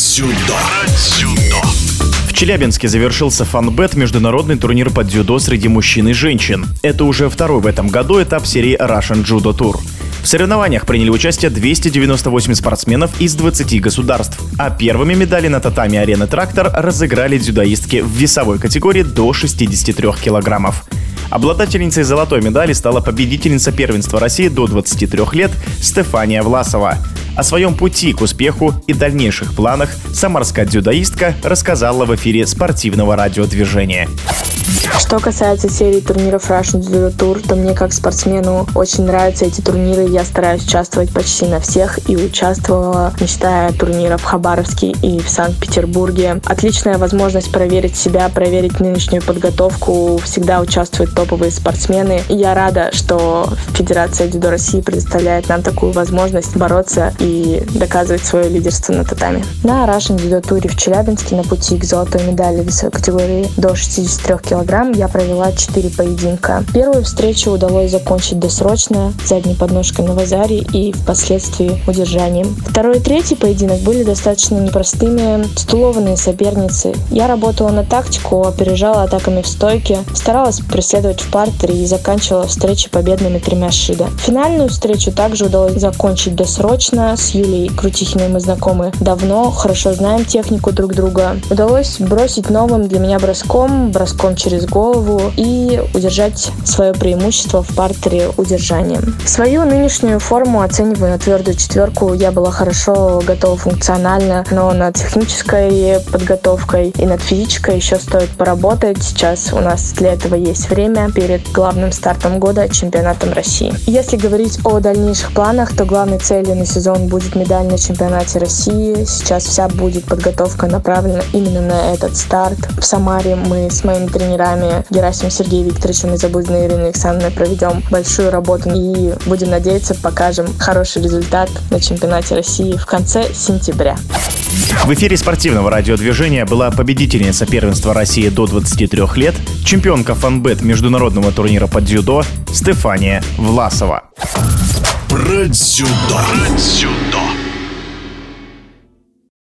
В Челябинске завершился фанбет, международный турнир по дзюдо среди мужчин и женщин. Это уже второй в этом году этап серии Russian Judo Tour. В соревнованиях приняли участие 298 спортсменов из 20 государств, а первыми медали на татами арены «Трактор» разыграли дзюдоистки в весовой категории до 63 килограммов. Обладательницей золотой медали стала победительница первенства России до 23 лет Стефания Власова. О своем пути к успеху и дальнейших планах самарская дзюдоистка рассказала в эфире спортивного радиодвижения. Что касается серии турниров Russian Judo Tour, то мне как спортсмену очень нравятся эти турниры. Я стараюсь участвовать почти на всех и участвовала, не считая турниров в Хабаровске и в Санкт-Петербурге. Отличная возможность проверить себя, проверить нынешнюю подготовку. Всегда участвуют топовые спортсмены. И я рада, что Федерация дзюдо России предоставляет нам такую возможность бороться и доказывать свое лидерство на татами. На Russian Judo Tour в Челябинске на пути к золотой медали в весовой категории до 63 килограмм я провела 4 поединка. Первую встречу удалось закончить досрочно, задней подножкой на вазаре и впоследствии удержанием. Второй и третий поединок были достаточно непростыми, титулованные соперницы. Я работала на тактику, опережала атаками в стойке, старалась преследовать в партере и заканчивала встречи победными 3 шида. Финальную встречу также удалось закончить досрочно. С Юлией Крутихиной мы знакомы давно, хорошо знаем технику друг друга. Удалось бросить новым для меня броском через голову и удержать свое преимущество в партере удержанием. Свою нынешнюю форму оцениваю на твердую 4. Я была хорошо готова функционально, но над технической подготовкой и над физической еще стоит поработать. Сейчас у нас для этого есть время перед главным стартом года, чемпионатом России. Если говорить о дальнейших планах, то главной целью на сезон будет медаль на чемпионате России. Сейчас вся будет подготовка направлена именно на этот старт. В Самаре мы с моими тренерами Герасимом Сергеем Викторовичем и Забудиной Ириной Александровной проведем большую работу и будем надеяться, покажем хороший результат на чемпионате России в конце сентября. В эфире спортивного радиодвижения была победительница первенства России до 23 лет, чемпионка фанбет международного турнира по дзюдо Стефания Власова. Про дзюдо.